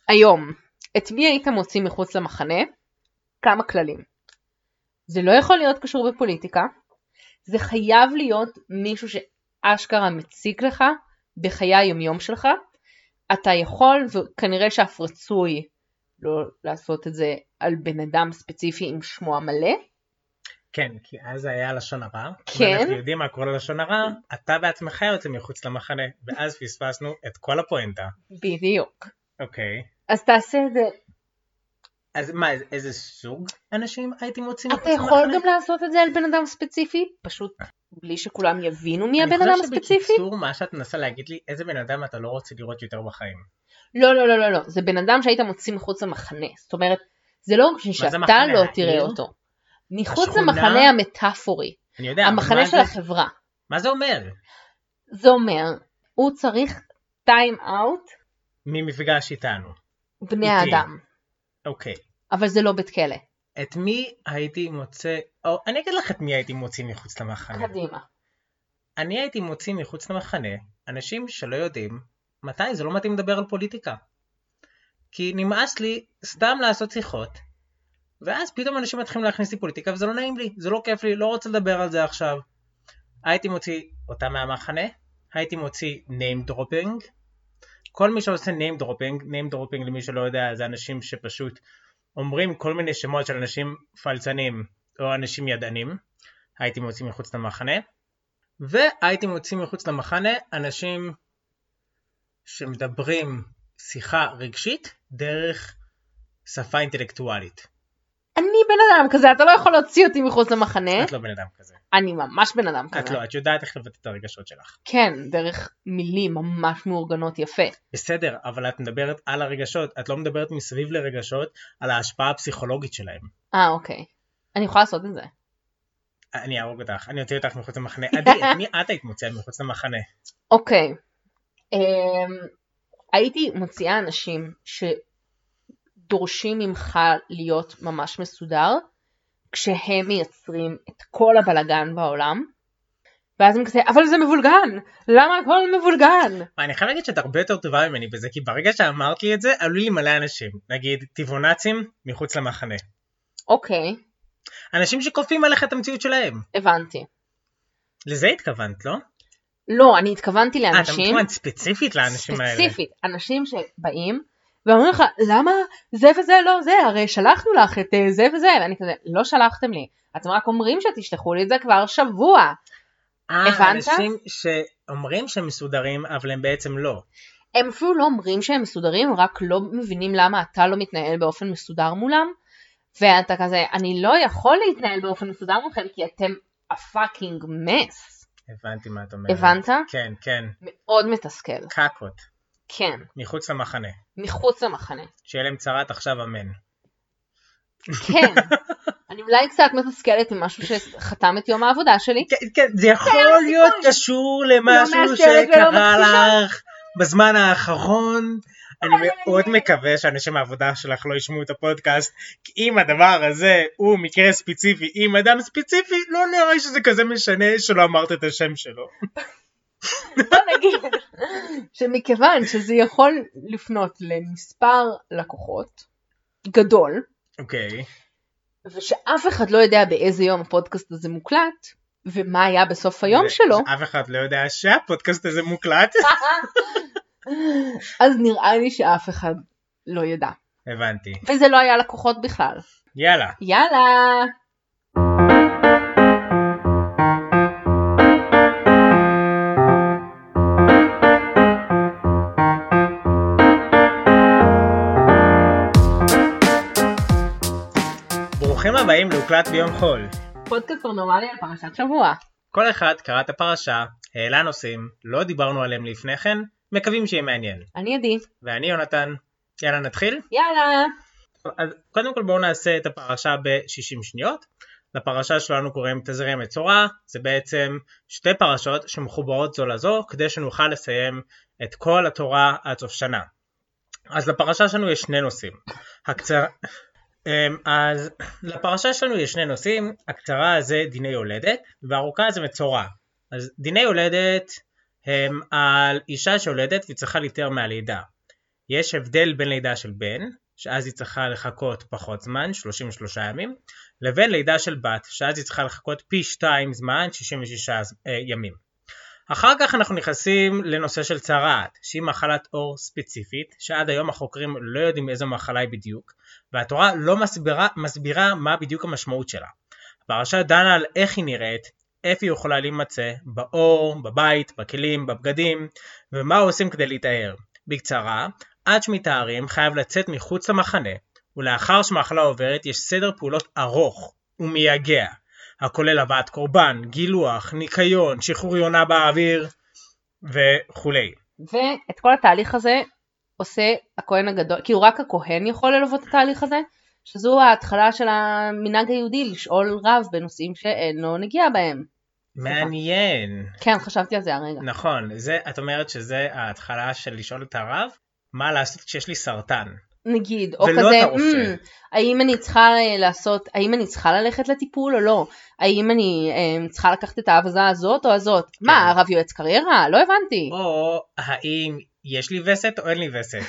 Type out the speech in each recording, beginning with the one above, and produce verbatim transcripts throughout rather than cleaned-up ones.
היום, את מי היית מוציא מחוץ למחנה? כמה כללים. זה לא יכול להיות קשור בפוליטיקה, זה חייב להיות מישהו שאשכרה מציק לך בחיי היומיום שלך. אתה יכול, וכנראה שאף רצוי לא לעשות את זה על בן אדם ספציפי עם שמו המלא. כן, כי אז היה לשון הרע. כן. ואנחנו יודעים מה קורה לשון הרע, אתה בעצמך יוצא מחוץ למחנה, ואז פספסנו את כל הפואנטה. בדיוק. אוקיי. אז תעשה את זה. אז מה, איזה סוג אנשים הייתי מוצאים מחוץ אתה למחנה? יכול גם לעשות את זה על בן אדם ספציפי, פשוט בלי שכולם יבינו מי הבן אדם הספציפי. אני חושב שבקיצור מה שאת מנסה להגיד לי, איזה בן אדם אתה לא רוצה לראות יותר בחיים. לא, לא, לא, לא, לא. זה בן אדם שהיית מוציא מחוץ למחנה. זאת אומרת, זה לא שאתה לא תראה אותו. מחוץ למחנה המטאפורי. אני יודע. המחנה של החברה. מה זה אומר? זה אומר, הוא צריך טיים אאוט. ממפגש איתנו. בני האדם. אוקיי. אבל זה לא בית כלא. את מי הייתי מוצא, או אני אגיד לך את מי הייתי מוציא מחוץ למחנה. קדימה. אני הייתי מוציא מחוץ למחנה אנשים שלא יודעים מתי זה לא מתאים לדבר על פוליטיקה. כי נמאס לי סתם לעשות שיחות, ואז פתאום אנשים מתחילים להכניס לי פוליטיקה, וזה לא נעים לי, זה לא כיף לי, לא רוצה לדבר על זה עכשיו. הייתי מוציא אותה מהמחנה, הייתי מוציא name dropping. כל מי שעושה name dropping, name dropping למי שלא יודע, זה אנשים שפשוט אומרים כל מיני שמות של אנשים פלצנים או אנשים ידענים. הייתי מוציא מחוץ למחנה. והייתי מוציא מחוץ למחנה אנשים שמדברים שיחה רגשית דרך שפה אינטלקטואלית. אני בן אדם כזה, אתה לא יכול להוציא אותי מחוץ למחנה. את לא בן אדם כזה. אני ממש בן אדם כזה. את לא, את יודעת איך לבטא את הרגשות שלך. כן, דרך מילים ממש מאורגנות יפה. בסדר, אבל את מדברת על הרגשות, את לא מדברת מסביב לרגשות, על ההשפעה הפסיכולוגית שלהם. אה, אוקיי. אני יכולה לעשות את זה. אני ארוג אותך, אני אוציא אותך מחוץ למחנה. עדי, את מי את היית מוציאה מחוץ למחנה? אוקיי. הייתי מוציאה אנשים שדורשים ממך להיות ממש מסודר, כשהם מייצרים את כל הבלגן בעולם, ואז הם כזה, אבל זה מבולגן, למה הכל מבולגן? אני חייב להגיד שאת הרבה יותר טובה ממני בזה, כי ברגע שאמרת לי את זה, עלו לי מלא אנשים, נגיד טבעונצים מחוץ למחנה. אוקיי. אנשים שקופים עליך את המציאות שלהם. הבנתי. לזה התכוונת, לא? לא, אני התכוונתי לאנשים... אה, אתה מתכוונת ספציפית לאנשים האלה. ספציפית, אנשים שבאים ואומרים לך, למה זה וזה לא זה, הרי שלחנו לך את זה וזה, ואני כזה, לא שלחתם לי, אתם רק אומרים שתשלחו לי את זה כבר שבוע. אה, אנשים שאומרים שהם מסודרים, אבל הם בעצם לא. הם אפילו לא אומרים שהם מסודרים, רק לא מבינים למה אתה לא מתנהל באופן מסודר מולם, ואתה כזה, אני לא יכול להתנהל באופן מסודר מולכם, כי אתם a fucking mess. הבנתי מה את אומרת. הבנת? כן, כן. מאוד מתסכל. קקות. כן. מחוץ למחנה. מחוץ למחנה. שיהיה להם צרת עכשיו אמן. כן. אני אולי קצת מתסכלת ממשהו שחתם את יום העבודה שלי. כן, כן, זה יכול להיות קשור למשהו שקרה לך בזמן האחרון. אני מאוד מקווה שאנשים מהעבודה שלך לא ישמעו את הפודקאסט, כי אם הדבר הזה הוא מקרה ספציפי עם אדם ספציפי, לא נראה שזה כזה משנה שלא אמרת את השם שלו. בוא נגיד שמכיוון שזה יכול לפנות למספר לקוחות גדול, אוקיי. ושאף אחד לא יודע באיזה יום הפודקאסט הזה מוקלט, ומה היה בסוף היום שלו. אף אחד לא יודע שהפודקאסט הזה מוקלט. אז נראה לי שאף אחד לא ידע. הבנתי. וזה לא היה לקוחות בכלל. יאללה. יאללה. ברוכים הבאים להוקלט ביום חול. פודקאסט פרנומלי על פרשת שבוע. כל אחד קרא את הפרשה, העלה נושאים, לא דיברנו עליהם לפני כן, מקווים שיהיה מעניין. אני עדי. ואני יונתן. יאללה נתחיל? יאללה. אז קודם כל בואו נעשה את הפרשה ב-שישים שניות. לפרשה שלנו קוראים תזרי המצורע, זה בעצם שתי פרשות שמחוברות זו לזו, כדי שנוכל לסיים את כל התורה עד סוף שנה. אז לפרשה שלנו יש שני נושאים. הקצר... אז לפרשה שלנו יש שני נושאים, הקצרה זה דיני יולדת, והארוכה זה מצורע. אז דיני יולדת הם על אישה שיולדת וצריכה להיתר מהלידה. יש הבדל בין לידה של בן, שאז היא צריכה לחכות פחות זמן, שלושים ושלושה ימים, לבין לידה של בת, שאז היא צריכה לחכות פי שתיים זמן, שישים ושישה ימים. אחר כך אנחנו נכנסים לנושא של צרעת, שהיא מחלת עור ספציפית, שעד היום החוקרים לא יודעים איזו מחלה היא בדיוק, והתורה לא מסבירה, מסבירה מה בדיוק המשמעות שלה. הפרשה דנה על איך היא נראית, איפה היא יכולה להימצא, בעור, בבית, בכלים, בבגדים, ומה עושים כדי להתאר. בקצרה, עד שמתארים חייב לצאת מחוץ למחנה, ולאחר שמחלה עוברת יש סדר פעולות ארוך ומייגע, הכולל הבאת קורבן, גילוח, ניקיון, שחרור יונה באוויר וכו'. ואת כל התהליך הזה עושה הכהן הגדול, כאילו רק הכהן יכול ללוות את התהליך הזה, שזו ההתחלה של המנהג היהודי לשאול רב בנושאים שאינו נגיע בהם. מעניין. כן, חשבתי על זה הרגע. נכון, זה, את אומרת שזה ההתחלה של לשאול את הרב, מה לעשות כשיש לי סרטן. נגיד, או כזה, mm, האם אני צריכה לעשות, האם אני צריכה ללכת לטיפול או לא? האם אני um, צריכה לקחת את האבזה הזאת או הזאת? כן. מה, הרב יועץ קריירה? לא הבנתי. או האם יש לי וסת או אין לי וסת?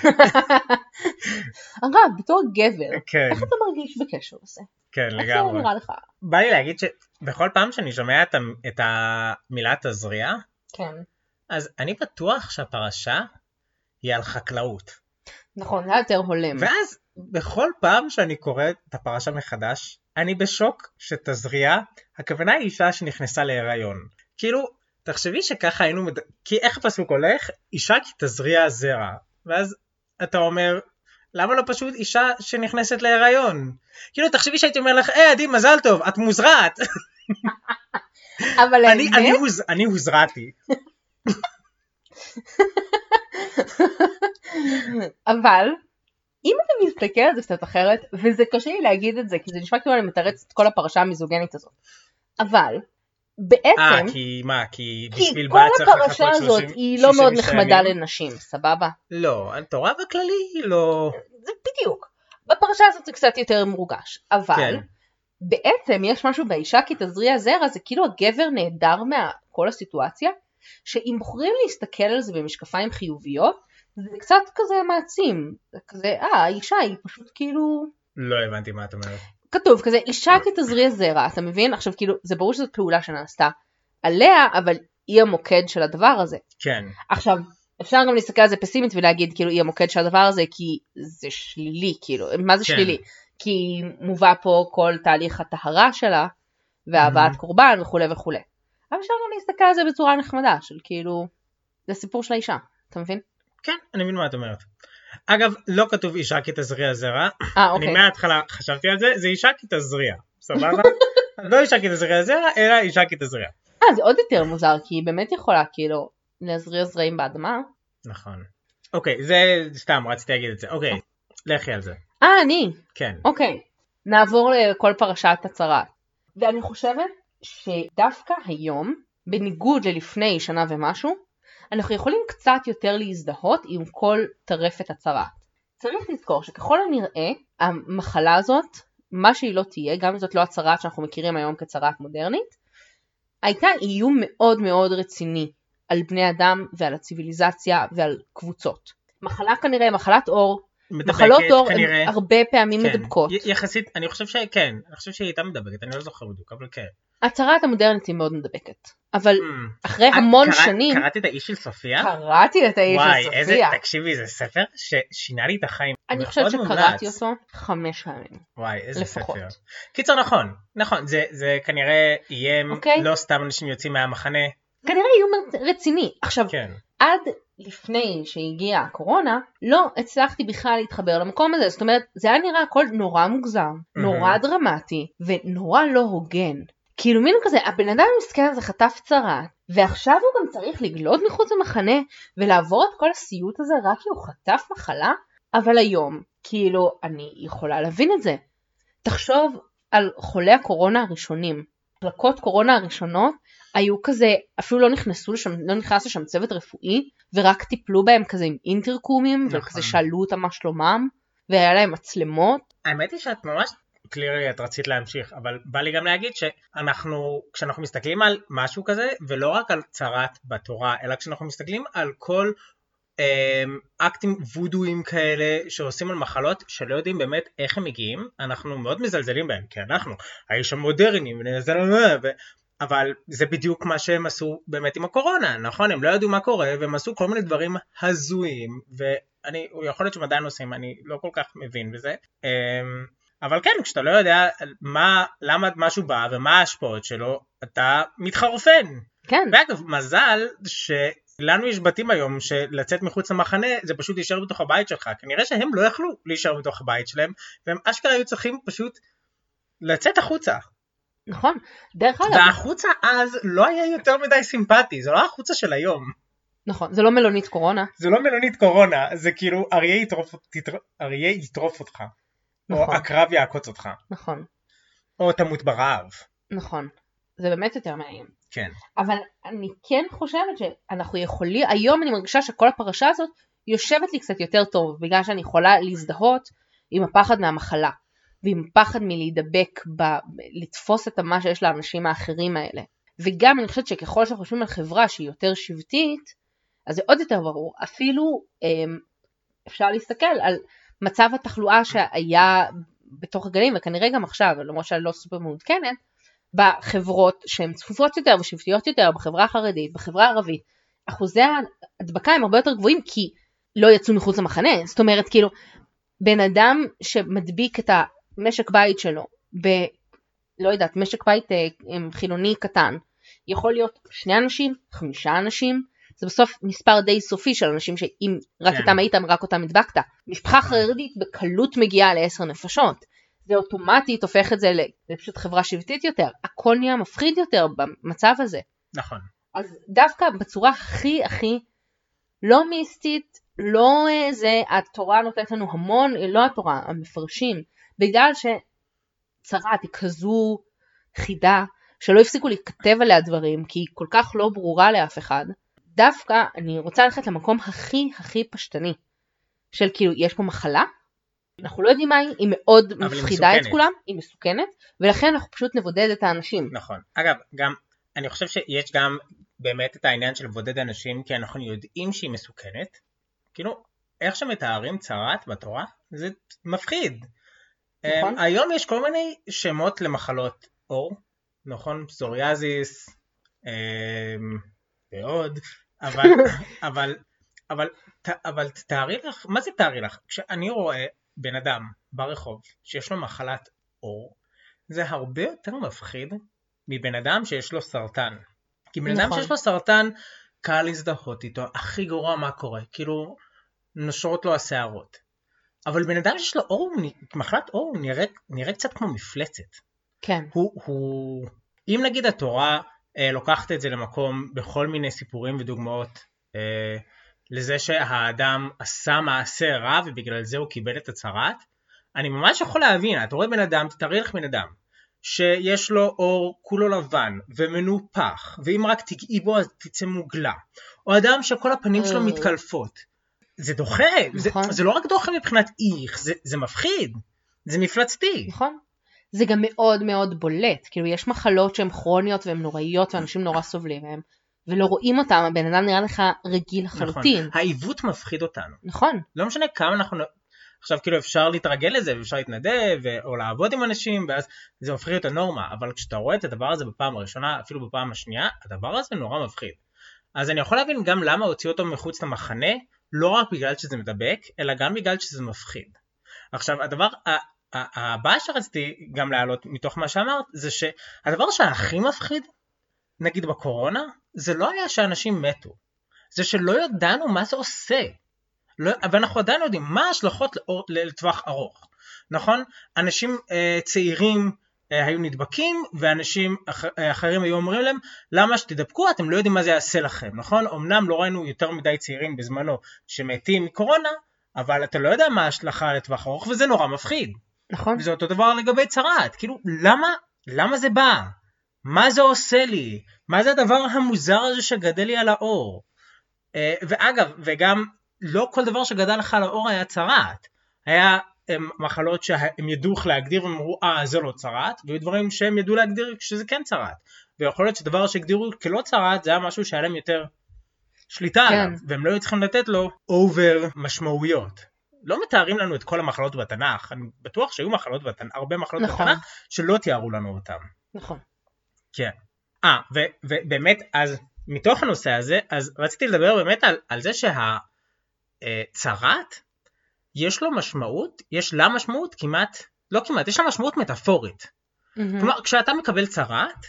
הרב, בתור גבר, כן. איך אתה מרגיש בקשר לזה? כן, איך לגמרי. איך זה נראה לך? בא לי להגיד שבכל פעם שאני שומע את, את המילה תזריע, כן. אז אני בטוח שהפרשה היא על חקלאות. נכון, זה יותר הולם. ואז בכל פעם שאני קורא את הפרשה מחדש, אני בשוק שתזריע, הכוונה היא אישה שנכנסה להיריון. כאילו, תחשבי שככה היינו, מד... כי איך הפסוק הולך? אישה כי תזריע זרע. ואז אתה אומר, למה לא פשוט אישה שנכנסת להיריון? כאילו, תחשבי שהייתי אומר לך, אה, עדי, מזל טוב, את מוזרעת. אבל אני, אני, הוז... אני הוזרעתי. אבל אם אתה מסתכל על זה קצת אחרת, וזה קשה לי להגיד את זה, כי זה נשמע כאילו אני מתרץ את כל הפרשה המיזוגנית הזאת, אבל בעצם אה, כי מה? כי בשביל כל הפרשה הזאת היא לא מאוד נחמדה לנשים, סבבה? לא, התורה בכללי היא לא... זה בדיוק. בפרשה הזאת זה קצת יותר מורגש, אבל בעצם יש משהו באישה כי תזריע זרע, זה כאילו הגבר נהדר מכל הסיטואציה, שאם בוחרים להסתכל על זה במשקפיים חיוביות, זה קצת כזה מעצים, זה כזה, אה, האישה היא פשוט כאילו... לא הבנתי מה את אומרת. כתוב כזה, אישה כתזריע זרע, אתה מבין? עכשיו כאילו, זה ברור שזאת פעולה שנעשתה עליה, אבל היא המוקד של הדבר הזה. כן. עכשיו, אפשר גם להסתכל על זה פסימית ולהגיד, כאילו, היא המוקד של הדבר הזה, כי זה שלילי, כאילו, מה זה כן. שלילי? כי מובא פה כל תהליך הטהרה שלה, והבאת mm-hmm. קורבן וכו' וכו'. אבל אפשר גם להסתכל על זה בצורה נחמדה, של כאילו, זה סיפור של האישה, אתה מבין? כן, אני מבין מה את אומרת. אגב, לא כתוב אישה כי תזריע זרע. אה, אוקיי. אני מההתחלה חשבתי על זה, זה אישה כי תזריע. סבבה? לא אישה כי תזריע זרע, אלא אישה כי תזריע. אה, זה עוד יותר מוזר, כי היא באמת יכולה, כאילו, להזריע זרעים באדמה. נכון. אוקיי, זה סתם, רציתי להגיד את זה. אוקיי, לכי על זה. אה, אני? כן. אוקיי, נעבור לכל פרשת הצרה. ואני חושבת שדווקא היום, בניגוד ללפני שנה ומשהו, אנחנו יכולים קצת יותר להזדהות עם כל טרפת הצרה. צריך לזכור שככל הנראה, המחלה הזאת, מה שהיא לא תהיה, גם אם זאת לא הצרה שאנחנו מכירים היום כצרת מודרנית, הייתה איום מאוד מאוד רציני על בני אדם ועל הציביליזציה ועל קבוצות. מחלה כנראה, מחלת עור, מדבקת, מחלות עור כנראה. הן הרבה פעמים כן. מדבקות. יחסית, אני חושב שכן, אני חושב שהיא הייתה מדבקת, אני לא זוכר בדיוק, אבל כן. הצרת המודרנית היא מאוד מדבקת, אבל mm. אחרי המון קרא, שנים... קראתי את האיש של סופיה? קראתי את האיש וואי, של סופיה. איזה, תקשיבי, זה ספר ששינה לי את החיים. אני חושבת שקראתי מומלץ. אותו חמש פעמים. וואי, איזה לפחות. ספר. קיצר, נכון, נכון, זה, זה כנראה יהיה okay. לא סתם אנשים יוצאים מהמחנה. כנראה איום רציני. עכשיו, כן. עד לפני שהגיעה הקורונה, לא הצלחתי בכלל להתחבר למקום הזה. זאת אומרת, זה היה נראה הכל נורא מוגזם, mm-hmm. נורא דרמטי, ונורא לא הוגן. כאילו מין כזה, הבן אדם המסכן הזה חטף צרה, ועכשיו הוא גם צריך לגלוד מחוץ למחנה, ולעבור את כל הסיוט הזה רק כי הוא חטף מחלה, אבל היום, כאילו, אני יכולה להבין את זה. תחשוב על חולי הקורונה הראשונים. מחלקות קורונה הראשונות היו כזה, אפילו לא נכנסו לשם, לא נכנס לשם צוות רפואי, ורק טיפלו בהם כזה עם אינטרקומים, נכון. וכזה שאלו אותם מה שלומם, והיה להם מצלמות. האמת היא שאת ממש... קלירי, את רצית להמשיך, אבל בא לי גם להגיד שאנחנו, כשאנחנו מסתכלים על משהו כזה, ולא רק על צרת בתורה, אלא כשאנחנו מסתכלים על כל אקטים וודויים כאלה שעושים על מחלות שלא יודעים באמת איך הם מגיעים, אנחנו מאוד מזלזלים בהם, כי אנחנו, האיש המודרני, אבל זה בדיוק מה שהם עשו באמת עם הקורונה, נכון? הם לא ידעו מה קורה, והם עשו כל מיני דברים הזויים, ואני, יכול להיות שהם עדיין עושים, אני לא כל כך מבין בזה, אבל כן, כשאתה לא יודע מה, למה משהו בא ומה ההשפעות שלו, אתה מתחרפן. כן. ואגב, מזל שלנו יש בתים היום שלצאת מחוץ למחנה זה פשוט להישאר בתוך הבית שלך. כנראה שהם לא יכלו להישאר בתוך הבית שלהם, והם אשכרה היו צריכים פשוט לצאת החוצה. נכון. דרך אגב. והחוצה אז לא היה יותר מדי סימפטי, זה לא החוצה של היום. נכון, זה לא מלונית קורונה. זה לא מלונית קורונה, זה כאילו אריה יטרוף, אריה יטרוף אותך. נכון. או הקרב יעקוץ אותך. נכון. או תמות ברעב. נכון. זה באמת יותר מעניין. כן. אבל אני כן חושבת שאנחנו יכולים, היום אני מרגישה שכל הפרשה הזאת יושבת לי קצת יותר טוב, בגלל שאני יכולה להזדהות עם הפחד מהמחלה, ועם פחד מלהידבק, ב, לתפוס את מה שיש לאנשים האחרים האלה. וגם אני חושבת שככל שאנחנו חושבים על חברה שהיא יותר שבטית, אז זה עוד יותר ברור. אפילו אפשר להסתכל על מצב התחלואה שהיה בתוך הגלים, וכנראה גם עכשיו, למרות שאני לא סופר מעודכנת, בחברות שהן צפופות יותר ושבטיות יותר, בחברה החרדית, בחברה הערבית, אחוזי ההדבקה הם הרבה יותר גבוהים, כי לא יצאו מחוץ למחנה. זאת אומרת, כאילו, בן אדם שמדביק את המשק בית שלו, ב, לא יודעת, משק בית חילוני קטן, יכול להיות שני אנשים, חמישה אנשים, זה בסוף מספר די סופי של אנשים שאם רק כן. איתם היית, רק אותם הדבקת. משפחה חרדית בקלות מגיעה לעשר נפשות. זה אוטומטית הופך את זה לפשוט חברה שבטית יותר. הכל נהיה מפחיד יותר במצב הזה. נכון. אז דווקא בצורה הכי הכי לא מיסטית, לא זה, התורה נותנת לנו המון, לא התורה, המפרשים, בגלל שצרת היא כזו חידה, שלא הפסיקו להיכתב עליה דברים, כי היא כל כך לא ברורה לאף אחד. דווקא אני רוצה ללכת למקום הכי הכי פשטני, של כאילו יש פה מחלה, אנחנו לא יודעים מה היא, היא מאוד מפחידה את כולם, היא מסוכנת, ולכן אנחנו פשוט נבודד את האנשים. נכון. אגב, גם, אני חושב שיש גם באמת את העניין של לבודד אנשים, כי אנחנו יודעים שהיא מסוכנת, כאילו, איך שמתארים צרת בתורה, זה מפחיד. נכון. היום יש כל מיני שמות למחלות עור, נכון? פסוריאזיס, ועוד, אבל, אבל, אבל, אבל תארי לך, מה זה תארי לך? כשאני רואה בן אדם ברחוב שיש לו מחלת עור, זה הרבה יותר מפחיד מבן אדם שיש לו סרטן. כי בן אדם שיש לו סרטן, קל להזדהות איתו, הכי גרוע מה קורה, כאילו נושרות לו השערות. אבל בן אדם שיש לו עור, מחלת עור, נראה, נראה קצת כמו מפלצת. כן. הוא, הוא, אם נגיד התורה אה, לוקחת את זה למקום בכל מיני סיפורים ודוגמאות, אה, לזה שהאדם עשה מעשה רע ובגלל זה הוא קיבל את הצרת, אני ממש יכול להבין, אתה רואה בן אדם, תתארי לך בן אדם, שיש לו אור כולו לבן ומנופח, ואם רק תגעי בו אז תצא מוגלה, או אדם שכל הפנים שלו מתקלפות, זה דוחה, זה, זה לא רק דוחה מבחינת איך, זה, זה מפחיד, זה מפלצתי. נכון. זה גם מאוד מאוד בולט, כאילו יש מחלות שהן כרוניות והן נוראיות ואנשים נורא סובלים מהם, ולא רואים אותם, הבן אדם נראה לך רגיל לחלוטין. נכון, העיוות מפחיד אותנו. נכון. לא משנה כמה אנחנו, עכשיו כאילו אפשר להתרגל לזה, ואפשר להתנדב, או לעבוד עם אנשים, ואז זה מפחיד את הנורמה, אבל כשאתה רואה את הדבר הזה בפעם הראשונה, אפילו בפעם השנייה, הדבר הזה נורא מפחיד. אז אני יכול להבין גם למה הוציא אותו מחוץ למחנה, לא רק בגלל שזה מדבק, אלא גם בגלל שזה מפחיד. עכשיו, הדבר הבא שרציתי גם להעלות מתוך מה שאמרת, זה שהדבר שהכי מפחיד, נגיד בקורונה, זה לא היה שאנשים מתו. זה שלא ידענו מה זה עושה. לא, ואנחנו עדיין יודעים מה ההשלכות לטווח ארוך. נכון? אנשים אה, צעירים אה, היו נדבקים, ואנשים אח, אה, אחרים היו אומרים להם, למה שתדבקו? אתם לא יודעים מה זה יעשה לכם. נכון? אמנם לא ראינו יותר מדי צעירים בזמנו שמתים מקורונה, אבל אתה לא יודע מה ההשלכה לטווח ארוך, וזה נורא מפחיד. נכון. וזה אותו דבר לגבי צרת. כאילו, למה, למה זה בא? מה זה עושה לי? מה זה הדבר המוזר הזה שגדל לי על האור? ואגב, וגם לא כל דבר שגדל לך על האור היה צרת. היה מחלות שהם ידעו איך להגדיר והם אמרו, אה, זה לא צרת, והיו דברים שהם ידעו להגדיר שזה כן צרת. ויכול להיות שדבר שהגדירו כלא צרת, זה היה משהו שהיה להם יותר שליטה כן. עליו, והם לא היו צריכים לתת לו אובר משמעויות. לא מתארים לנו את כל המחלות בתנ"ך, אני בטוח שהיו מחלות בתנ"ך, הרבה מחלות נכון. בתנ"ך, שלא תיארו לנו אותם. נכון. כן. אה, ובאמת, אז מתוך הנושא הזה, אז רציתי לדבר באמת על, על זה שהצרת, יש לו משמעות, יש לה משמעות כמעט, לא כמעט, יש לה משמעות מטאפורית. Mm-hmm. כלומר, כשאתה מקבל צרת,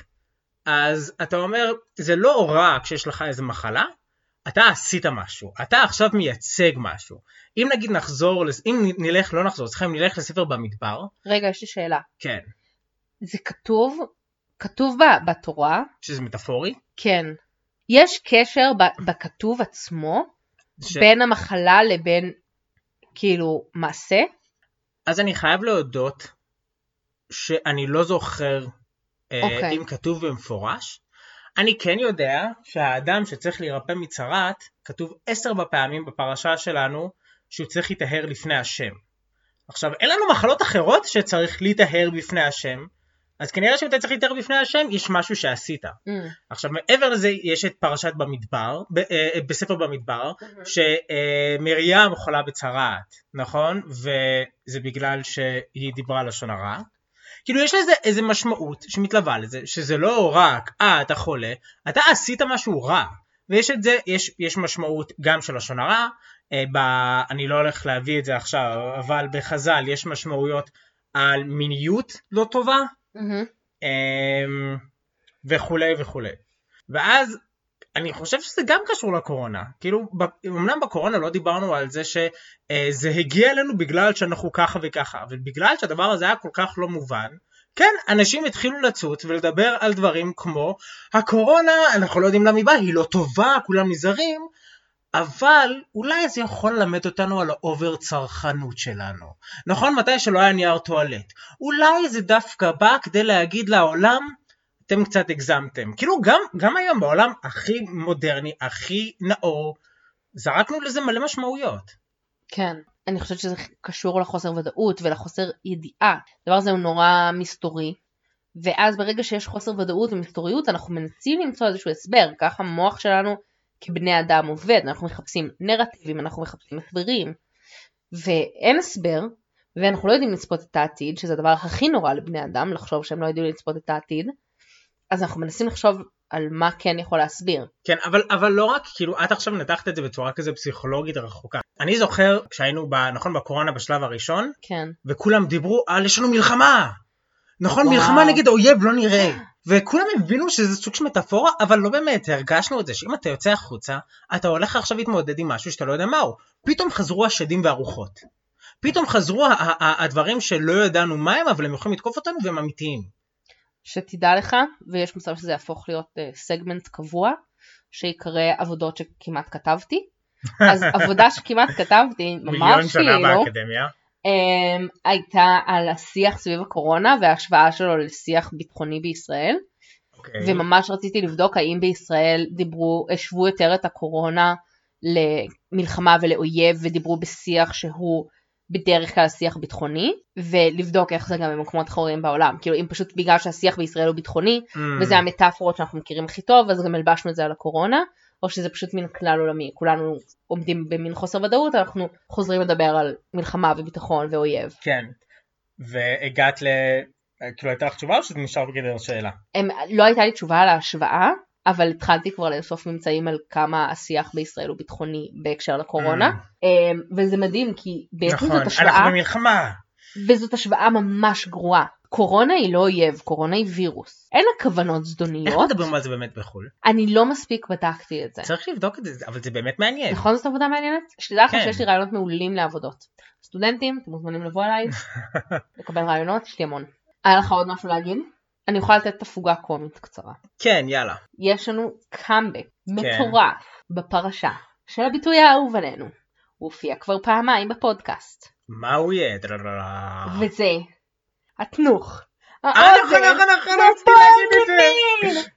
אז אתה אומר, זה לא רע כשיש לך איזו מחלה, אתה עשית משהו, אתה עכשיו מייצג משהו. אם נגיד נחזור, אם נלך, לא נחזור, צריכים נלך לספר במדבר. רגע, יש לי שאלה. כן. זה כתוב, כתוב בתורה. שזה מטאפורי? כן. יש קשר בכתוב עצמו, ש... בין המחלה לבין, כאילו, מעשה? אז אני חייב להודות, שאני לא זוכר, okay. אם כתוב במפורש. אני כן יודע שהאדם שצריך להירפא מצרת, כתוב עשר בפעמים בפרשה שלנו, שהוא צריך להתאהר לפני השם. עכשיו, אין לנו מחלות אחרות שצריך להתאהר בפני השם, אז כנראה שאם אתה צריך להתאהר בפני השם, יש משהו שעשית. Mm. עכשיו, מעבר לזה, יש את פרשת במדבר, ב, אה, בספר במדבר, mm-hmm. שמרים חולה בצרת, נכון? וזה בגלל שהיא דיברה לשון הרע. כאילו יש לזה איזה משמעות שמתלווה לזה, שזה לא רק, אה, אתה חולה, אתה עשית משהו רע, ויש את זה, יש, יש משמעות גם של לשון הרע, אה, ב, אני לא הולך להביא את זה עכשיו, אבל בחז"ל יש משמעויות על מיניות לא טובה, mm-hmm. אה, וכולי וכולי. ואז אני חושב שזה גם קשור לקורונה, כאילו, אמנם בקורונה לא דיברנו על זה שזה הגיע אלינו בגלל שאנחנו ככה וככה, אבל בגלל שהדבר הזה היה כל כך לא מובן, כן, אנשים התחילו לצוץ ולדבר על דברים כמו, הקורונה, אנחנו לא יודעים למה היא באה, היא לא טובה, כולם נזהרים, אבל אולי זה יכול ללמד אותנו על האובר צרכנות שלנו. נכון, מתי שלא היה נייר טואלט, אולי זה דווקא בא כדי להגיד לעולם, אתם קצת הגזמתם. כאילו גם, גם היום בעולם הכי מודרני, הכי נאור, זרקנו לזה מלא משמעויות. כן, אני חושבת שזה קשור לחוסר ודאות ולחוסר ידיעה. הדבר הזה הוא נורא מסתורי, ואז ברגע שיש חוסר ודאות ומסתוריות, אנחנו מנסים למצוא איזשהו הסבר, ככה המוח שלנו כבני אדם עובד, אנחנו מחפשים נרטיבים, אנחנו מחפשים הסברים, ואין הסבר, ואנחנו לא יודעים לצפות את העתיד, שזה הדבר הכי נורא לבני אדם, לחשוב שהם לא יודעים לצפות את העתיד, אז אנחנו מנסים לחשוב על מה כן יכול להסביר. כן, אבל, אבל לא רק, כאילו, את עכשיו נתחת את זה בצורה כזה פסיכולוגית רחוקה. אני זוכר, כשהיינו, ב, נכון, בקורונה בשלב הראשון, כן. וכולם דיברו על, יש לנו מלחמה. נכון, וואו. מלחמה נגד האויב, לא נראה. וכולם הבינו שזה סוג של מטאפורה, אבל לא באמת, הרגשנו את זה, שאם אתה יוצא החוצה, אתה הולך עכשיו להתמודד עם משהו שאתה לא יודע מהו. פתאום חזרו השדים והרוחות. פתאום חזרו הדברים שלא ידענו מהם, אבל הם יכולים לתקוף אותנו והם אמיתיים. שתדע לך, ויש מצב שזה יהפוך להיות uh, סגמנט קבוע, שיקרא עבודות שכמעט כתבתי. אז עבודה שכמעט כתבתי, ממש מיליון שנה כאילו, באקדמיה. Um, הייתה על השיח סביב הקורונה, וההשוואה שלו לשיח ביטחוני בישראל. Okay. וממש רציתי לבדוק האם בישראל דיברו, השוו יותר את הקורונה למלחמה ולאויב, ודיברו בשיח שהוא בדרך כלל שיח ביטחוני, ולבדוק איך זה גם במקומות אחרים בעולם. כאילו אם פשוט בגלל שהשיח בישראל הוא ביטחוני, mm. וזה המטאפורות שאנחנו מכירים הכי טוב, אז גם הלבשנו את זה על הקורונה, או שזה פשוט מין כלל עולמי, כולנו עומדים במין חוסר ודאות, אנחנו חוזרים לדבר על מלחמה וביטחון ואויב. כן, והגעת ל... כאילו הייתה לך תשובה או שזה נשאר בגדר שאלה? הם, לא הייתה לי תשובה על ההשוואה, אבל התחלתי כבר לאסוף ממצאים על כמה השיח בישראל הוא ביטחוני בהקשר לקורונה, mm. וזה מדהים כי בעצם נכון, זאת השוואה, אנחנו במלחמה. וזאת השוואה ממש גרועה. קורונה היא לא אויב, קורונה היא וירוס. אין לה כוונות זדוניות. איך מדברים על זה באמת בחול? אני לא מספיק בדקתי את זה. צריך לבדוק את זה, אבל זה באמת מעניין. נכון, זאת עבודה מעניינת? שתדע לך שיש לי רעיונות מעולים לעבודות. סטודנטים, אתם מוזמנים לבוא אליי, לקבל רעיונות, יש לי המון. היה לך עוד משהו להגיד? אני יכולה לתת את הפוגה קומית קצרה. כן, יאללה. יש לנו קאמבק מטורף בפרשה של הביטוי האהוב עלינו. הוא הופיע כבר פעמיים בפודקאסט. מה הוא יהיה? וזה התנוך. אה, נכון, נכון, נכון, רציתי להגיד את זה.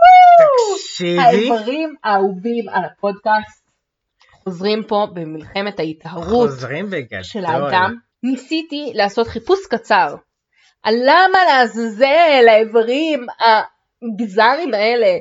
תקשיבי. האיברים האהובים על הפודקאסט חוזרים פה במלחמת ההתהרות של האדם. ניסיתי לעשות חיפוש קצר על למה לעזאזל האיברים הביזאריים האלה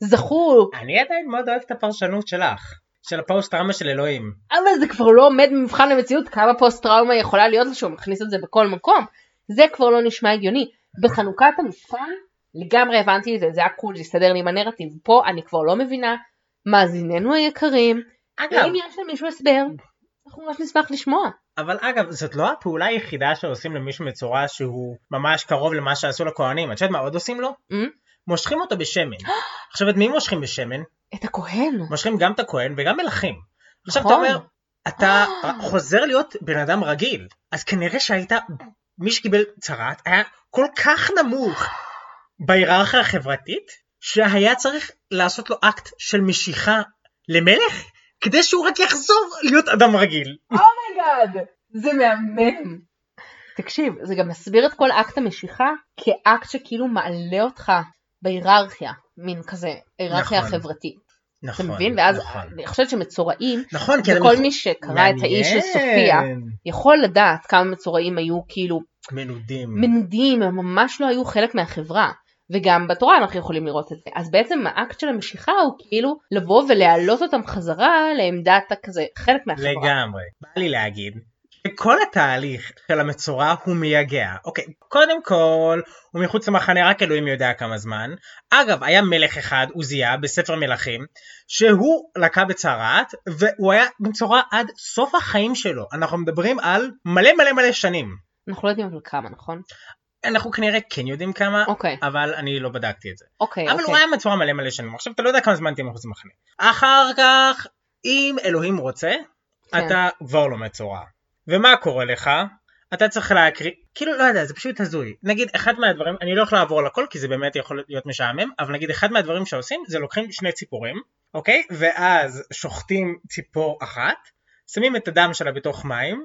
זכו. אני עדיין מאוד אוהב את הפרשנות שלך, של הפוסט-טראומה של אלוהים. אבל זה כבר לא עומד במבחן המציאות, כמה פוסט-טראומה יכולה להיות לו שהוא מכניס את זה בכל מקום. זה כבר לא נשמע הגיוני. בחנוכת המשכן, לגמרי הבנתי את זה, זה היה קול, זה הסתדר לי עם הנרטיב. פה אני כבר לא מבינה, מאזיננו היקרים, אגב, אם יש למישהו הסבר, אנחנו ממש נשמח לשמוע. אבל אגב, זאת לא הפעולה היחידה שעושים למישהו מצורה שהוא ממש קרוב למה שעשו לכהנים. את יודעת מה עוד עושים לו? Mm? מושכים אותו בשמן. עכשיו, את מי מושכים בשמן? את הכהן. מושכים גם את הכהן וגם מלכים. עכשיו אתה אומר, אתה חוזר להיות בן אדם רגיל, אז כנראה שהיית, מי שקיבל צרת, היה כל כך נמוך בהיררכיה החברתית, שהיה צריך לעשות לו אקט של משיכה למלך, כדי שהוא רק יחזור להיות אדם רגיל. אומייגאד, זה מהמם. תקשיב, זה גם מסביר את כל אקט המשיכה, כאקט שכאילו מעלה אותך בהיררכיה, מין כזה, היררכיה נכון, חברתית. נכון, אתה מבין? ואז נכון. אני חושבת שמצורעים, נכון, וכל מי שקרא מעניין. את האיש של סופיה, יכול לדעת כמה מצורעים היו כאילו, מנודים. מנודים, הם ממש לא היו חלק מהחברה. וגם בתורה אנחנו יכולים לראות את זה. אז בעצם האקט של המשיכה הוא כאילו לבוא ולהעלות אותם חזרה לעמדת כזה, חלק מהחברה. לגמרי. בא לי להגיד, שכל התהליך של המצורע הוא מייגע. אוקיי, קודם כל, הוא מחוץ למחנה, רק אלוהים יודע כמה זמן. אגב, היה מלך אחד, עוזיה, בספר מלכים, שהוא לקה בצרת, והוא היה מצורע עד סוף החיים שלו. אנחנו מדברים על מלא מלא מלא שנים. אנחנו לא יודעים על כמה, נכון? אנחנו כנראה כן יודעים כמה, okay. אבל אני לא בדקתי את זה. Okay, אבל okay. הוא היה מצורע מלא מלא שנים. עכשיו אתה לא יודע כמה זמן תהיה מחוץ למחנה. אחר כך, אם אלוהים רוצה, כן. אתה כבר לא מצורע. ומה קורה לך? אתה צריך להקריא, כאילו לא יודע, זה פשוט הזוי. נגיד אחד מהדברים, אני לא יכול לעבור על הכל, כי זה באמת יכול להיות משעמם, אבל נגיד אחד מהדברים שעושים, זה לוקחים שני ציפורים, אוקיי? ואז שוחטים ציפור אחת, שמים את הדם שלה בתוך מים,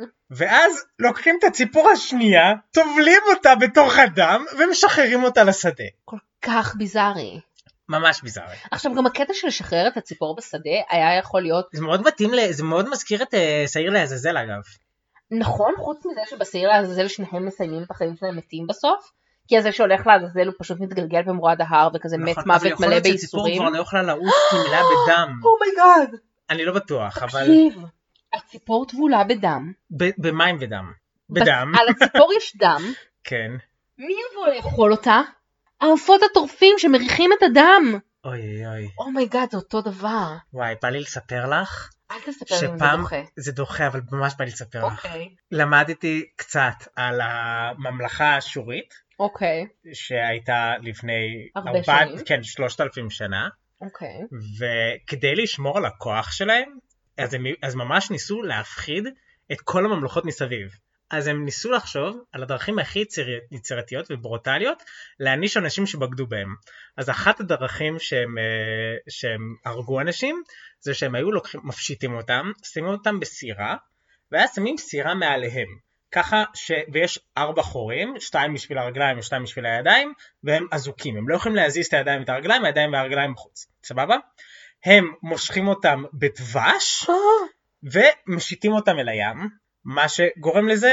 ואז לוקחים את הציפור השנייה, טובלים אותה בתוך הדם, ומשחררים אותה לשדה. כל כך ביזארי. ממש ביזארי. עכשיו גם הקטע של לשחרר את הציפור בשדה, היה יכול להיות... זה מאוד מתאים, זה מאוד מזכיר את uh, שעיר לעזאזל אגב. נכון, חוץ מזה שבשעיר לעזאזל שניהם מסיימים את החיים שלהם מתים בסוף, כי הזה שהולך לעזאזל הוא פשוט מתגלגל במורד ההר, וכזה מת מוות מלא בייסורים. נכון, אבל יכול להיות שציפור כבר לא יכולה לעוף כי מלאה בדם. אומייגאד. אני לא בטוח, אבל... תקשיב. הציפור טבולה בדם. במים ודם. בדם. על הציפור יש דם. כן. מי יבוא לאכול אותה? העופות הטורפים שמריחים את הדם. אוי אוי. אומייגאד, זה אותו דבר. וואי, בא לי לספר לך. אל תספר לי אם זה דוחה. זה דוחה, אבל ממש בא לי לספר לך. אוקיי. למדתי קצת על הממלכה האשורית. אוקיי. שהייתה לפני... הרבה שנים. כן, שלושת אלפים שנה. אוקיי. וכדי לשמור על הכוח שלהם, אז, הם, אז ממש ניסו להפחיד את כל הממלכות מסביב. אז הם ניסו לחשוב על הדרכים הכי יצירתיות וברוטליות להעניש אנשים שבגדו בהם. אז אחת הדרכים שהם, שהם הרגו אנשים, זה שהם היו לוקחים, מפשיטים אותם, שמים אותם בסירה, ואז שמים סירה מעליהם. ככה ש... ויש ארבע חורים, שתיים בשביל הרגליים ושתיים בשביל הידיים, והם אזוקים. הם לא יכולים להזיז את הידיים ואת הרגליים, הידיים והרגליים בחוץ. סבבה? הם מושכים אותם בדבש, ומשיתים אותם אל הים, מה שגורם לזה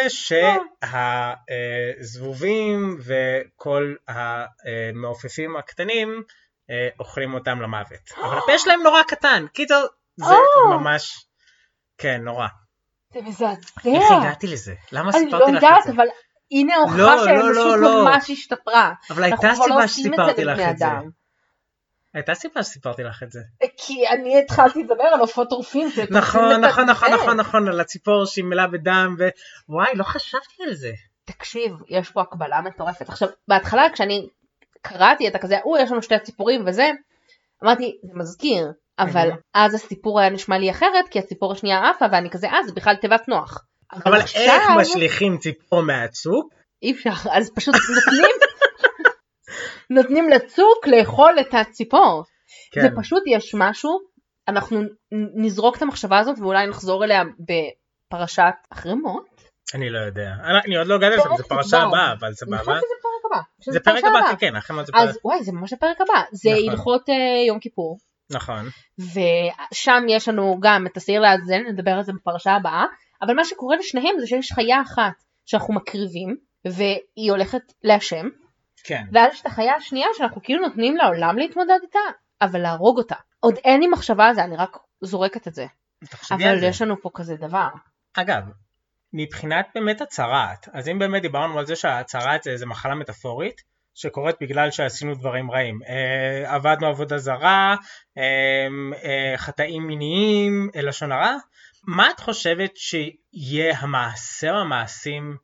שהזבובים וכל המעופפים הקטנים אוכלים אותם למוות. אבל הפה שלהם נורא קטן, קיצור, זה ממש, כן, נורא. זה מזעזע. איך הגעתי לזה? למה סיפרתי לך את זה? אני לא יודעת, אבל הנה ההוכחה שהאנושות ממש השתפרה. אבל הייתה סיבה שסיפרתי לך את זה. הייתה סיבה שסיפרתי לך את זה. כי אני התחלתי לדבר על עופות טורפים. נכון, נכון, נכון, נכון, נכון, על הציפור שהיא מלאה בדם, ווואי, לא חשבתי על זה. תקשיב, יש פה הקבלה מטורפת. עכשיו, בהתחלה כשאני קראתי את הכזה, או, יש לנו שתי ציפורים וזה, אמרתי, זה מזכיר, אבל אז הסיפור היה נשמע לי אחרת, כי הציפור השנייה עפה, ואני כזה, אה, זה בכלל תיבת נוח. אבל איך משליכים ציפור מהצוק? אי אפשר, אז פשוט נותנים... נותנים לצוק לאכול את הציפור. כן. זה פשוט יש משהו, אנחנו נזרוק את המחשבה הזאת ואולי נחזור אליה בפרשת החרמות. אני לא יודע. אני עוד לא הגעתי לזה, זה פרשה הבאה, אבל זה בעבר. אני חושבת שזה פרק הבא. זה פרק הבא, כן, החרמות זה פרק. אז וואי, זה ממש הפרק הבא. זה הלכות יום כיפור. נכון. ושם יש לנו גם את השעיר לעזאזל, נדבר על זה בפרשה הבאה, אבל מה שקורה לשניהם זה שיש חיה אחת שאנחנו מקריבים, והיא הולכת להשם. כן. ואז יש את החיה השנייה שאנחנו כאילו נותנים לעולם להתמודד איתה. אבל להרוג אותה. עוד אין לי מחשבה על זה, אני רק זורקת את זה. אבל יש לנו פה כזה דבר. אגב, מבחינת באמת הצהרת, אז אם באמת דיברנו על זה שהצהרת זה, זה מחלה מטאפורית, שקורית בגלל שעשינו דברים רעים. אה, עבדנו עבודה זרה, אה, אה, חטאים מיניים, לשון הרע. מה את חושבת שיהיה המעשה או המעשים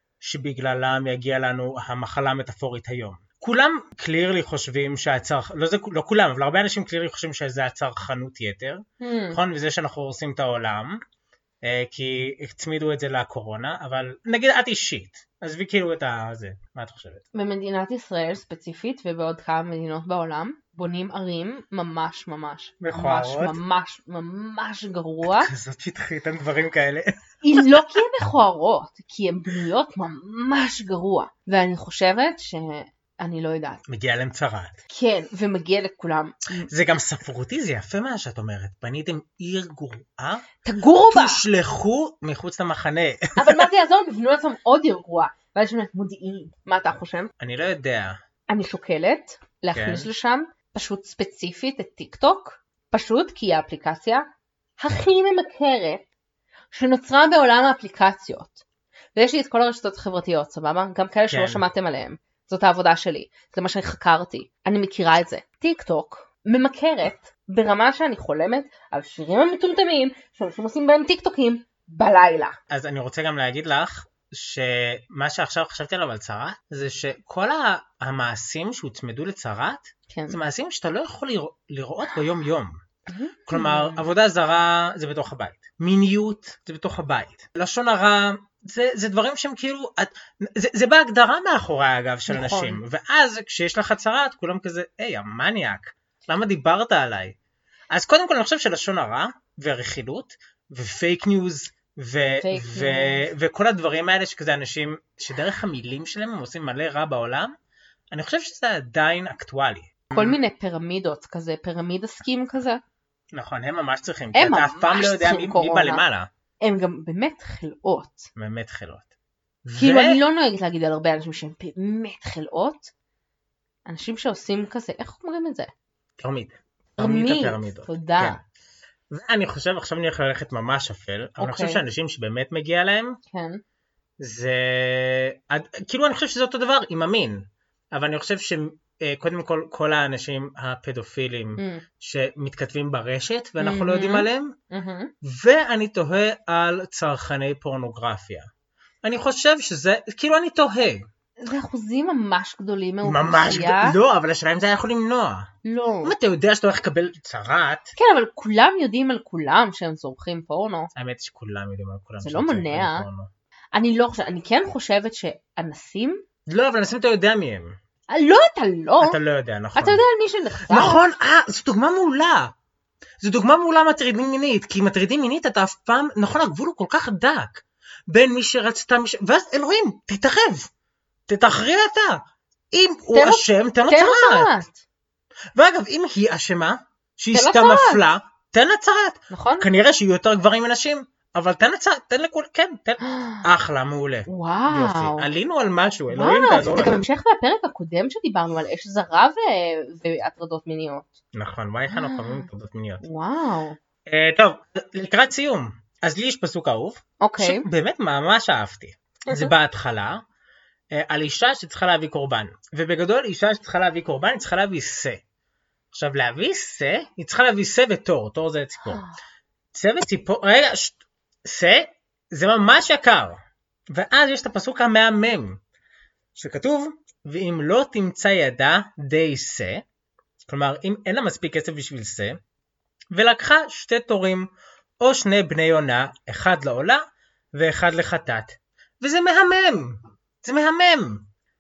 שבגללם יגיע לנו המחלה המטאפורית היום? כולם קלירלי חושבים שהצרכ... לא, זה, לא כולם, אבל הרבה אנשים קלירלי חושבים שזה הצרכנות יתר, נכון? וזה שאנחנו הורסים את העולם, כי הצמידו את זה לקורונה, אבל נגיד את אישית, עזבי כאילו את זה, מה את חושבת? במדינת ישראל ספציפית ובעוד כמה מדינות בעולם, בונים ערים ממש ממש, מכוערות? ממש ממש ממש גרוע. כזאת שטחית, אין דברים כאלה. היא לא כי הן מכוערות, כי הן בנויות ממש גרוע, ואני חושבת ש... אני לא יודעת. מגיע להם צרת. כן, ומגיע לכולם. זה גם ספרותי, זה יפה מה שאת אומרת. בניתם עיר גרועה. תגורו בה. תושלחו מחוץ למחנה. אבל מה זה יעזור? תבנו לעצמם עוד עיר גרועה. ואז יש מודיעין. מה אתה חושב? אני לא יודע. אני שוקלת להכניס כן. לשם פשוט ספציפית את טיק טוק. פשוט כי היא האפליקציה הכי ממכרת שנוצרה בעולם האפליקציות. ויש לי את כל הרשתות החברתיות, סבבה? גם כאלה שלא כן. שמעתם עליהם. זאת העבודה שלי, זה מה שאני חקרתי, אני מכירה את זה. טיק טוק ממכרת ברמה שאני חולמת על שירים המטומטמים שאנשים עושים בהם טיק טוקים בלילה. אז אני רוצה גם להגיד לך שמה שעכשיו חשבתי עליו על צרת, זה שכל המעשים שהוצמדו לצרת, כן. זה מעשים שאתה לא יכול לרא... לראות ביום יום. כלומר, עבודה זרה זה בתוך הבית, מיניות זה בתוך הבית, לשון הרע, זה, זה דברים שהם כאילו, את, זה, זה בהגדרה מאחורי האגב של נכון. אנשים, ואז כשיש לך צרת, כולם כזה, היי, המניאק, למה דיברת עליי? אז קודם כל אני חושב שלשון הרע, ורכילות, ופייק ניוז, ו, ו, וכל הדברים האלה שכזה אנשים, שדרך המילים שלהם הם עושים מלא רע בעולם, אני חושב שזה עדיין אקטואלי. כל מיני פירמידות כזה, פירמידה סקים כזה. נכון, הם ממש צריכים, הם כי אתה אף פעם לא יודע מי, מי בא למעלה. הם גם באמת חלאות. באמת חלאות. כאילו ו... אני לא נוהגת להגיד על הרבה אנשים שהם באמת חלאות. אנשים שעושים כזה, איך אומרים את זה? תרמית. תרמית, הפירמידות. תודה. כן. ואני חושב, עכשיו אני הולך ללכת ממש אפל, אבל אני חושב אוקיי. שאנשים שבאמת מגיע להם, כן. זה... כאילו אני חושב שזה אותו דבר עם המין. אבל אני חושב שקודם כל, כל האנשים הפדופילים Mm. שמתכתבים ברשת, ואנחנו לא Mhm. יודעים עליהם, Mhm. ואני תוהה על צרכני פורנוגרפיה. אני חושב שזה, כאילו אני תוהה. זה אחוזים ממש גדולים ממש מהאוכלוסייה. גדול, לא, אבל השאלה אם זה היה יכול למנוע. לא. אם אתה יודע שאתה הולך לקבל צרת, כן, אבל כולם יודעים על כולם שהם צורכים פורנו. האמת שכולם יודעים על כולם. זה שהם לא צורכים מונע. פורנו. אני לא חושבת, אני כן חושבת שאנסים, לא, אבל אנשים אתה יודע מי הם. לא, אתה לא. אתה לא יודע, נכון. אתה יודע על מי שנחשף. נכון, אה, זו דוגמה מעולה. זו דוגמה מעולה מטרידים מינית, כי מטרידים מינית אתה אף פעם, נכון, הגבול הוא כל כך דק. בין מי שרצתה, מי ש... ואז אלוהים, תתערב. תתכריע אתה. אם הוא תן לו- אשם, תן לו תן לו צרת. צרת. ואגב, אם היא אשמה, שהיא תן לה סתם צרת. מפלה, תן לה צרת. נכון? כנראה שיהיו יותר גברים מנשים, אבל תן לה צרת, תן לכול, כן, תן. אחלה, מעולה. וואו. יופי. עלינו על משהו, אלוהים וואו, תעזור זה גם לנו. המשך מהפרק הקודם שדיברנו על אש זרה ו- והטרדות מיניות. נכון, וואי, איך אנחנו חייבים הטרדות מיניות. וואו. אה, טוב, לקראת סיום, אז לי יש פסוק אהוב, אוקיי. שבאמת ממש אהבתי. זה בהתחלה, אה, על אישה שצריכה להביא קורבן. ובגדול, אישה שצריכה להביא קורבן, היא צריכה להביא שא. עכשיו, להביא שא, היא צריכה להביא שא ותור, תור זה ציפור. שא וציפור, רגע, ש... שא, זה ממש יקר. ואז יש את הפסוק המהמם, שכתוב, ואם לא תמצא ידה די שא, כלומר, אם אין לה מספיק כסף בשביל שא, ולקחה שתי תורים, או שני בני יונה, אחד לעולה ואחד לחטאת. וזה מהמם, זה מהמם,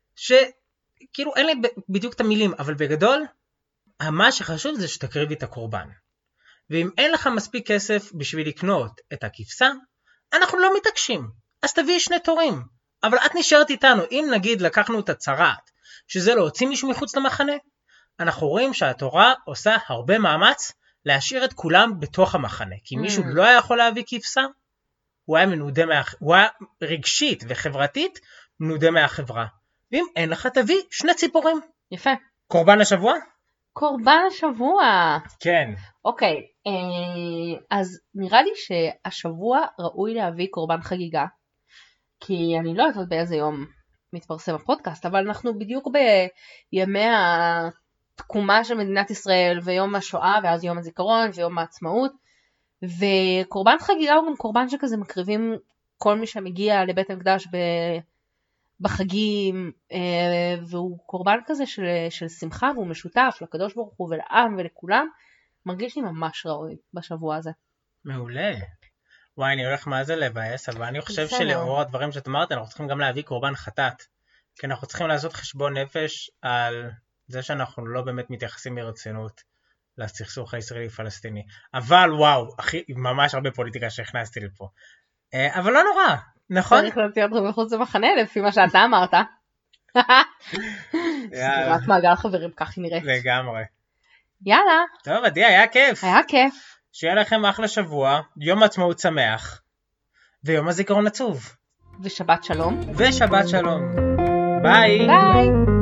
שכאילו אין לי בדיוק את המילים, אבל בגדול, מה שחשוב זה שתקריבי את הקורבן. ואם אין לך מספיק כסף בשביל לקנות את הכבשה, אנחנו לא מתעקשים, אז תביאי שני תורים. אבל את נשארת איתנו, אם נגיד לקחנו את הצרת, שזה להוציא מישהו מחוץ למחנה, אנחנו רואים שהתורה עושה הרבה מאמץ להשאיר את כולם בתוך המחנה, כי מישהו לא היה יכול להביא כבשה, הוא היה מנודה, מה... הוא היה רגשית וחברתית מנודה מהחברה. ואם אין לך תביא שני ציפורים. יפה. קורבן השבוע? קורבן השבוע. כן. אוקיי, אה, אז נראה לי שהשבוע ראוי להביא קורבן חגיגה, כי אני לא יודעת באיזה יום מתפרסם הפודקאסט, אבל אנחנו בדיוק בימי התקומה של מדינת ישראל, ויום השואה, ואז יום הזיכרון, ויום העצמאות, וקורבן חגיגה הוא גם קורבן שכזה מקריבים כל מי שמגיע לבית המקדש בחגים, והוא קורבן כזה של, של שמחה, והוא משותף לקדוש ברוך הוא ולעם ולכולם. מרגיש לי ממש ראוי בשבוע הזה. מעולה. וואי, אני הולך מה זה לבאס, אבל אני חושב בסדר. שלאור הדברים שאת אמרת, אנחנו צריכים גם להביא קורבן חטאת. כי אנחנו צריכים לעשות חשבון נפש על זה שאנחנו לא באמת מתייחסים ברצינות לסכסוך הישראלי-פלסטיני. אבל וואו, הכי, ממש הרבה פוליטיקה שהכנסתי לפה. אבל לא נורא, נכון? צריך להוציא אותו מחוץ למחנה לפי מה שאתה אמרת. סגירת מעגל חברים, כך היא נראית. לגמרי. יאללה. טוב, עדי, היה כיף. היה כיף. שיהיה לכם אחלה שבוע, יום עצמאות שמח, ויום הזיכרון עצוב. ושבת שלום. ושבת שלום. ביי. ביי.